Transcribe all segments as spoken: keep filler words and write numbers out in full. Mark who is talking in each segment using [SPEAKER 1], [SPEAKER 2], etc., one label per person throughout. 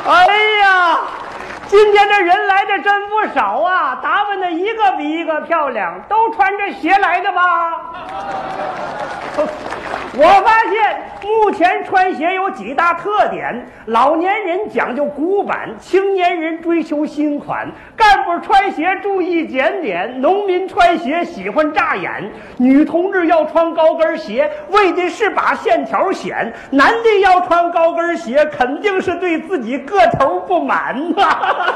[SPEAKER 1] 哎呀，今天这人来的真不少啊，打扮的一个比一个漂亮，都穿着鞋来的吧？我发现目前穿鞋有几大特点：老年人讲究古板，青年人追求新款，干部穿鞋注意检点，农民穿鞋喜欢扎眼，女同志要穿高跟鞋，为的是把线条显；男的要穿高跟鞋，肯定是对自己个头不满呐。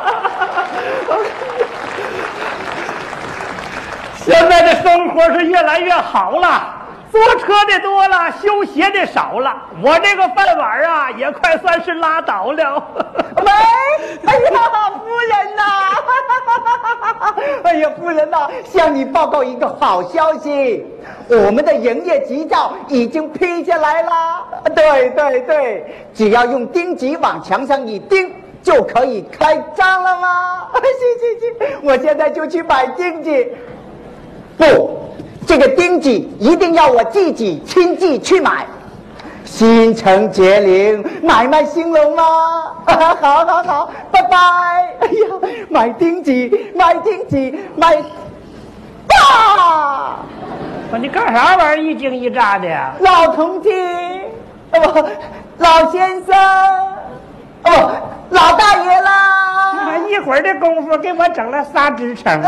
[SPEAKER 1] 现在的生活是越来越好了。坐车的多了，修鞋的少了，我这个饭碗啊也快算是拉倒了。
[SPEAKER 2] 喂，哎呀，夫人呐、啊，哎呀，夫人呐、啊，向你报告一个好消息，我们的营业执照已经批下来了。对对对，只要用钉子往墙上一钉，就可以开张了吗？行行行，我现在就去买钉子。不。这个钉子一定要我自己亲自去买，心诚则灵，买卖兴隆吗？好好好，拜拜。哎呀，买钉子，买钉子，买啊！
[SPEAKER 1] 你干啥玩意儿一惊一乍的呀？
[SPEAKER 2] 老同志，哦，老先生，哦，老大爷啦！
[SPEAKER 1] 一会儿的功夫给我整了仨支撑。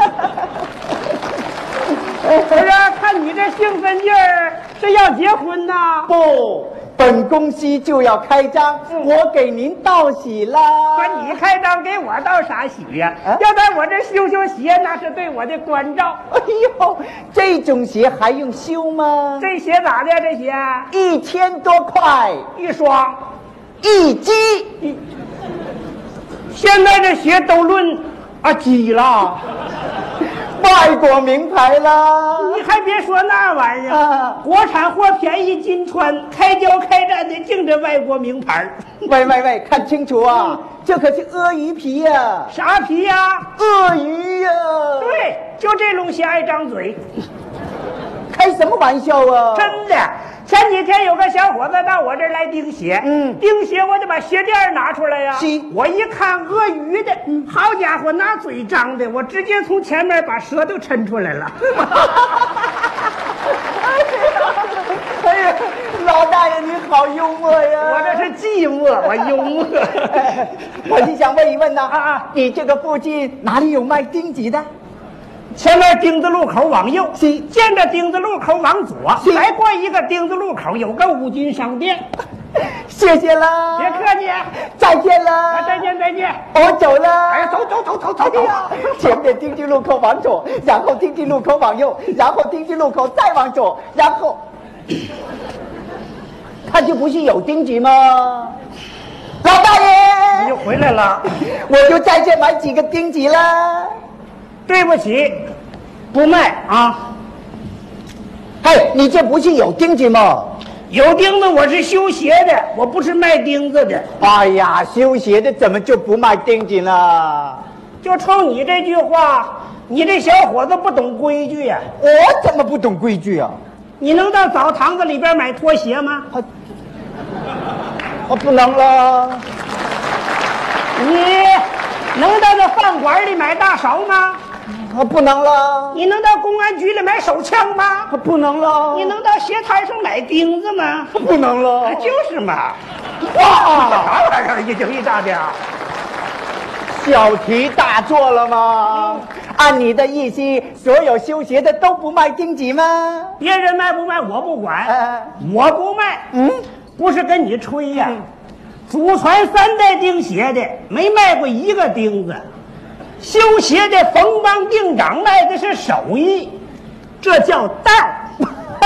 [SPEAKER 1] 不是，看你这兴奋劲儿，是要结婚呐？
[SPEAKER 2] 不，本公司就要开张，嗯、我给您道喜啦。
[SPEAKER 1] 说你开张给我道啥喜呀、啊？啊、要在我这修修鞋，那是对我的关照。
[SPEAKER 2] 哎呦，这种鞋还用修吗？
[SPEAKER 1] 这鞋咋的？这鞋
[SPEAKER 2] 一千多块
[SPEAKER 1] 一双，
[SPEAKER 2] 一击。
[SPEAKER 1] 一现在这鞋都论啊几了。
[SPEAKER 2] 外国名牌啦！
[SPEAKER 1] 你还别说那玩意儿，啊、国产货便宜金穿，开胶开战的净这外国名牌。
[SPEAKER 2] 喂喂喂，看清楚啊，嗯、这可是鳄鱼皮呀、啊！
[SPEAKER 1] 啥皮呀、啊？
[SPEAKER 2] 鳄鱼呀、啊！
[SPEAKER 1] 对，就这种鞋爱张嘴。
[SPEAKER 2] 开什么玩笑啊！
[SPEAKER 1] 真的。前几天有个小伙子到我这儿来钉鞋，嗯，钉鞋我就把鞋垫拿出来呀、啊，我一看鳄鱼的，嗯、好家伙，那嘴张的，我直接从前面把舌头抻出来了。
[SPEAKER 2] 哎呀，老大爷你好幽默呀！
[SPEAKER 1] 我这是寂寞，我幽默。
[SPEAKER 2] 我就想问一问呐，啊，你这个附近哪里有卖钉子的？
[SPEAKER 1] 前面丁字路口往右，见着丁字路口往左，再过一个丁字路口有个五金商店。
[SPEAKER 2] 谢谢了，
[SPEAKER 1] 别客气，
[SPEAKER 2] 再见了，
[SPEAKER 1] 啊、再见再见，
[SPEAKER 2] 我走了。
[SPEAKER 1] 哎呀，走走走走走走、哎！
[SPEAKER 2] 前面丁字路口往左，然后丁字路口往右，然后丁字路口再往左，然后，他就不是有钉子吗？老大爷，
[SPEAKER 1] 你又回来了，
[SPEAKER 2] 我就在这买几个钉子了。
[SPEAKER 1] 对不起，不卖啊！
[SPEAKER 2] 嘿，你这不是有钉子吗？
[SPEAKER 1] 有钉子，我是修鞋的，我不是卖钉子的。
[SPEAKER 2] 哎呀，修鞋的怎么就不卖钉子呢？
[SPEAKER 1] 就冲你这句话，你这小伙子不懂规矩呀、啊！
[SPEAKER 2] 我怎么不懂规矩啊？
[SPEAKER 1] 你能到澡堂子里边买拖鞋吗？
[SPEAKER 2] 我我不能了。
[SPEAKER 1] 你能到这饭馆里买大勺吗？
[SPEAKER 2] 我不能了。
[SPEAKER 1] 你能到公安局里买手枪吗？
[SPEAKER 2] 我不能了。
[SPEAKER 1] 你能到鞋摊上买钉子吗？
[SPEAKER 2] 我不能了。
[SPEAKER 1] 就是嘛。哇，啥玩意儿一惊一乍的啊！
[SPEAKER 2] 小题大做了吗？嗯、按你的意思，所有修鞋的都不卖钉子吗？
[SPEAKER 1] 别人卖不卖我不管，呃、我不卖。
[SPEAKER 2] 嗯，
[SPEAKER 1] 不是跟你吹呀、啊。嗯，祖传三代钉鞋的没卖过一个钉子。修鞋的冯帮定长卖的是手艺，这叫道。
[SPEAKER 2] 哎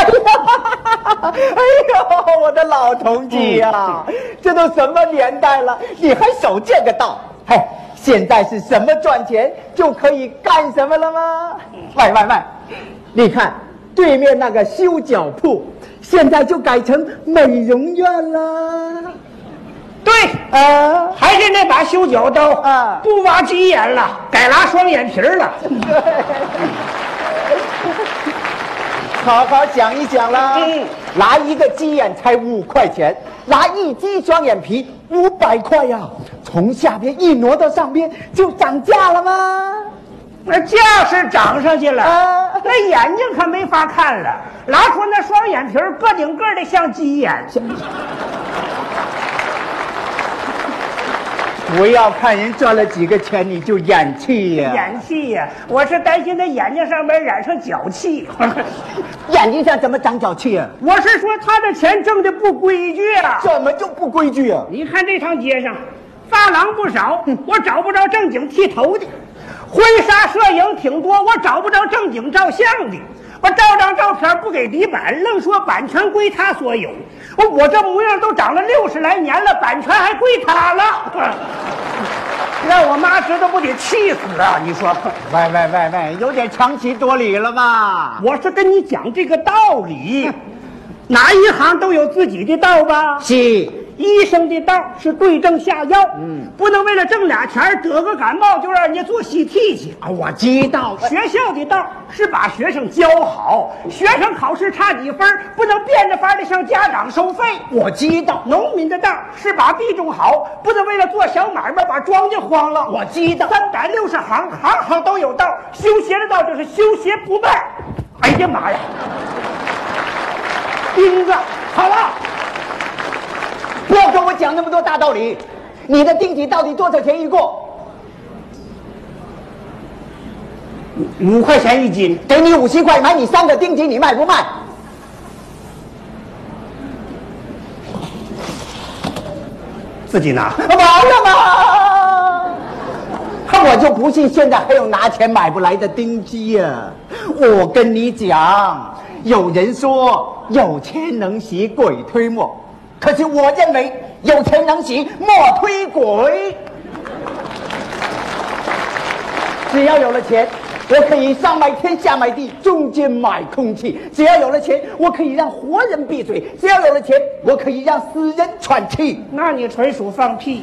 [SPEAKER 2] 呦，我的老同志呀、啊，嗯、这都什么年代了，你还守这个道？嘿，现在是什么赚钱就可以干什么了吗？喂喂喂，你看对面那个修脚铺，现在就改成美容院了。
[SPEAKER 1] 对，呃，还是那把修脚刀啊，不挖鸡眼了，改拉双眼皮了。
[SPEAKER 2] 好好想一想啦。嗯， 拿一个鸡眼才五块钱，拿一鸡双眼皮五百块呀！从下边一挪到上边，就涨价了吗？
[SPEAKER 1] 那价是涨上去了，啊、那眼睛可没法看了。拿出那双眼皮个顶个的像鸡眼。
[SPEAKER 2] 不要看人赚了几个钱你就演气呀！
[SPEAKER 1] 演气呀！我是担心他眼睛上面染上脚气。
[SPEAKER 2] 眼睛上怎么长脚气啊？
[SPEAKER 1] 我是说他的钱挣的不规矩啊！
[SPEAKER 2] 怎么就不规矩啊？
[SPEAKER 1] 你看这趟街上，发廊不少，我找不着正经剃头的；婚纱摄影挺多，我找不着正经照相的。我照张照片不给底板，愣说版权归他所有。我我这模样都长了六十来年了，版权还归他了。让我妈知道不得气死啊！你说，
[SPEAKER 2] 喂喂喂喂，有点强词夺理了吧？
[SPEAKER 1] 我是跟你讲这个道理，哪一行都有自己的道吧？
[SPEAKER 2] 是。
[SPEAKER 1] 医生的道是对症下药，嗯，不能为了挣俩钱得个感冒就让人家做 C T 去
[SPEAKER 2] 啊！我知道，
[SPEAKER 1] 学校的道是把学生教好，学生考试差几分不能变着法的向家长收费。
[SPEAKER 2] 我知道，
[SPEAKER 1] 农民的道是把地种好，不能为了做小买卖把庄稼荒了。
[SPEAKER 2] 我知道，
[SPEAKER 1] 三百六十行，行行都有道。修鞋的道就是修鞋不卖。哎呀妈呀！钉子，好了。
[SPEAKER 2] 不要跟我讲那么多大道理，你的钉几到底多少钱一个？
[SPEAKER 1] 五块钱一斤，
[SPEAKER 2] 给你五十块买你三个钉几，你卖不卖？
[SPEAKER 1] 自己拿，
[SPEAKER 2] 完了吗？我就不信现在还有拿钱买不来的钉机呀！我跟你讲，有人说有钱能使鬼推磨。可是我认为有钱能使磨推鬼。只要有了钱，我可以上买天下买地，中间买空气；只要有了钱，我可以让活人闭嘴；只要有了钱，我可以让死人喘气。
[SPEAKER 1] 那你纯属放屁！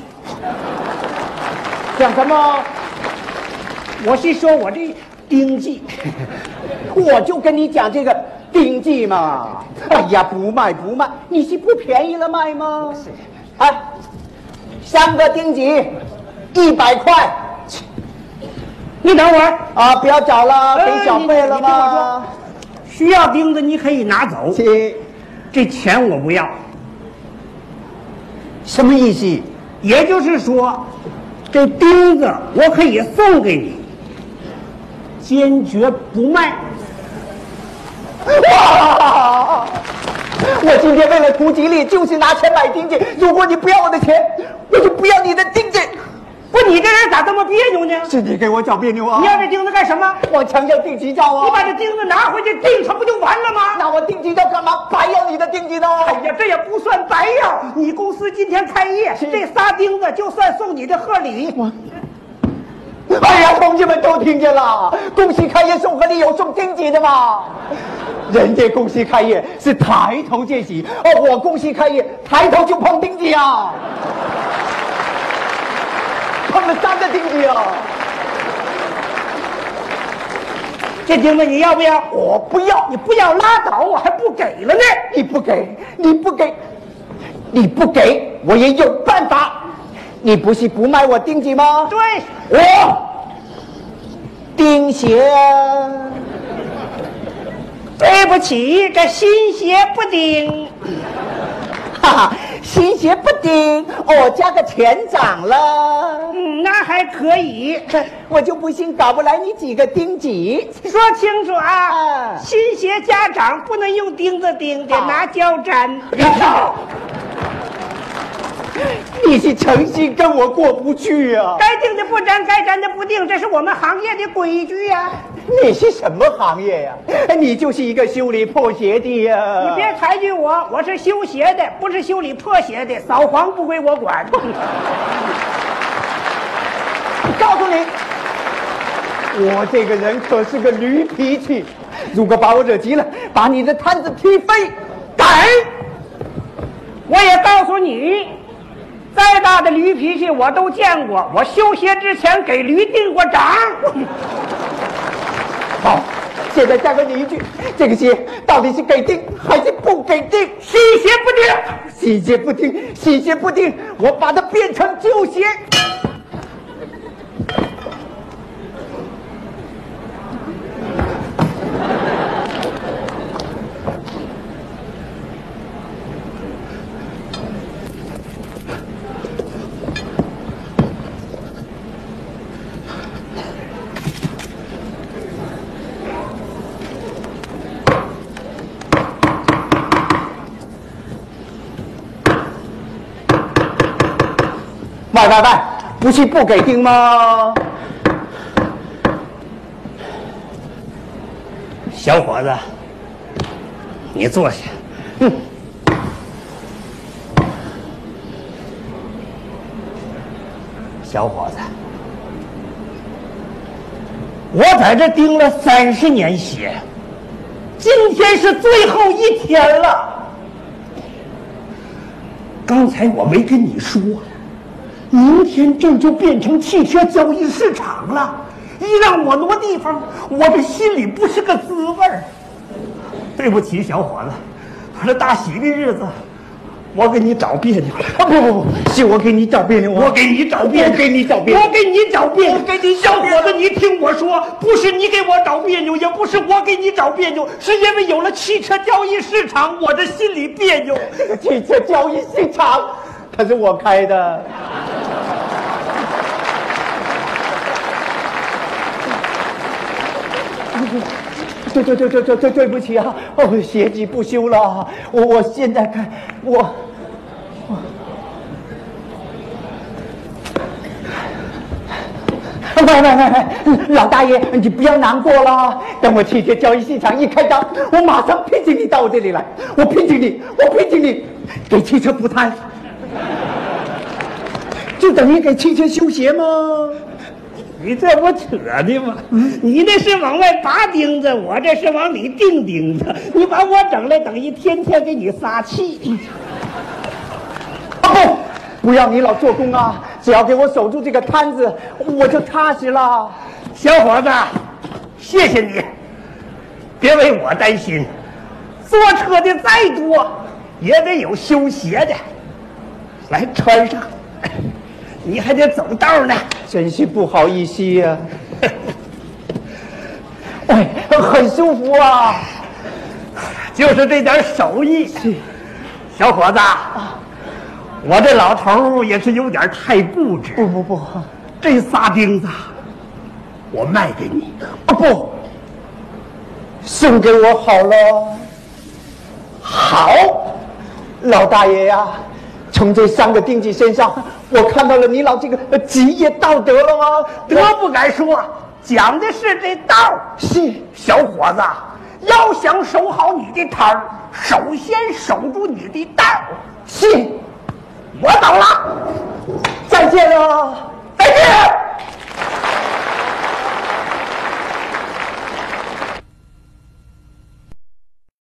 [SPEAKER 2] 讲什么？
[SPEAKER 1] 我是说我这经济，
[SPEAKER 2] 我就跟你讲这个经济嘛。哎呀，不卖不卖，你是不便宜了卖吗？啊，三个钉几，一百块。
[SPEAKER 1] 你等会儿
[SPEAKER 2] 啊，不要找了，给小费了吗？
[SPEAKER 1] 需要钉子你可以拿走，这钱我不要。
[SPEAKER 2] 什么意思？
[SPEAKER 1] 也就是说，这钉子我可以送给你，坚决不卖。
[SPEAKER 2] 哇！我今天为了图吉利，就是拿钱买钉子。如果你不要我的钱，我就不要你的钉子。
[SPEAKER 1] 不，你这人咋这么别扭呢？
[SPEAKER 2] 是你给我找别扭啊！
[SPEAKER 1] 你要这钉子干什么？
[SPEAKER 2] 我强调定期照啊！
[SPEAKER 1] 你把这钉子拿回去钉上不就完了吗？
[SPEAKER 2] 那我定期照干嘛？白要你的定期呢？
[SPEAKER 1] 哎呀，这也不算白要。你公司今天开业，这仨钉子就算送你的贺礼。
[SPEAKER 2] 我哎呀，同志们都听见了，恭喜开业送贺礼有送钉子的吗？人家恭喜开业是抬头见喜，哦，我恭喜开业抬头就碰钉子啊！碰了三个钉子啊！
[SPEAKER 1] 这钉子你要不要？
[SPEAKER 2] 我不要，
[SPEAKER 1] 你不要拉倒，我还不给了呢。
[SPEAKER 2] 你不给，你不给，你不给，我也有办法。你不是不卖我钉子吗？
[SPEAKER 1] 对，
[SPEAKER 2] 我钉鞋。
[SPEAKER 1] 对不起，这新鞋不钉。
[SPEAKER 2] 哈哈，新鞋不钉，我加个钱涨了。
[SPEAKER 1] 嗯，那还可以。
[SPEAKER 2] 我就不信搞不来你几个钉子。
[SPEAKER 1] 说清楚啊！啊新鞋加涨不能用钉子钉，得拿胶粘。
[SPEAKER 2] 你是诚心跟我过不去啊！
[SPEAKER 1] 该钉的不粘，该粘的不钉，这是我们行业的规矩呀、啊。
[SPEAKER 2] 你是什么行业呀、啊？你就是一个修理破鞋的呀、啊！
[SPEAKER 1] 你别抬举我，我是修鞋的，不是修理破鞋的。扫黄不归我管。
[SPEAKER 2] 告诉你，我这个人可是个驴脾气，如果把我惹急了，把你的摊子踢飞。
[SPEAKER 1] 敢！我也告诉你。再大的驴脾气我都见过，我修鞋之前给驴钉过掌。
[SPEAKER 2] 好，现在再问你一句，这个鞋到底是给钉还是不给？ 给定，
[SPEAKER 1] 西鞋不定，
[SPEAKER 2] 西鞋不定，西鞋不定，我把它变成旧鞋。喂喂喂，不是不给定吗？
[SPEAKER 1] 小伙子，你坐下。嗯。小伙子，我在这盯了三十年鞋，今天是最后一天了。刚才我没跟你说。明天这就变成汽车交易市场了，一让我挪地方，我这心里不是个滋味儿。对不起，小伙子，这大喜的日子，我给你找别扭了。
[SPEAKER 2] 啊不不不，是我给你找别扭，
[SPEAKER 1] 我给你找别扭，
[SPEAKER 2] 我给你找别扭，
[SPEAKER 1] 我给你找别扭，
[SPEAKER 2] 我给你
[SPEAKER 1] 小伙子，你听我说，不是你给我找别扭，也不是我给你找别扭，是因为有了汽车交易市场，我这心里别扭。
[SPEAKER 2] 这个汽车交易市场，可是我开的。对对对对对对对不起啊！哦，鞋迹不修了，我我现在看我，我喂喂喂喂，老大爷，你不要难过了。等我汽车交易市场一开张，我马上聘请你到我这里来，我聘请你，我聘请你给汽车补胎，就等于给汽车修鞋吗？
[SPEAKER 1] 你这不扯的吗？你那是往外拔钉子，我这是往里钉钉子。你把我整来，等于天天给你撒气。
[SPEAKER 2] 啊不，不要你老做工啊！只要给我守住这个摊子，我就踏实了。
[SPEAKER 1] 小伙子，谢谢你，别为我担心。坐车的再多，也得有修鞋的。来，穿上。你还得走道呢，
[SPEAKER 2] 真是不好意思呀、啊。哎，很舒服啊，
[SPEAKER 1] 就是这点手艺。小伙子，我这老头也是有点太固执。
[SPEAKER 2] 不不不，
[SPEAKER 1] 这仨钉子我卖给你。
[SPEAKER 2] 啊不，送给我好了。
[SPEAKER 1] 好，
[SPEAKER 2] 老大爷呀、啊。从这三个钉子身上，我看到了你老这个职业道德了吗？
[SPEAKER 1] 德不敢说，讲的是这道。
[SPEAKER 2] 是，
[SPEAKER 1] 小伙子，要想守好你的摊儿，首先守住你的道。
[SPEAKER 2] 是，
[SPEAKER 1] 我走了，
[SPEAKER 2] 再见了。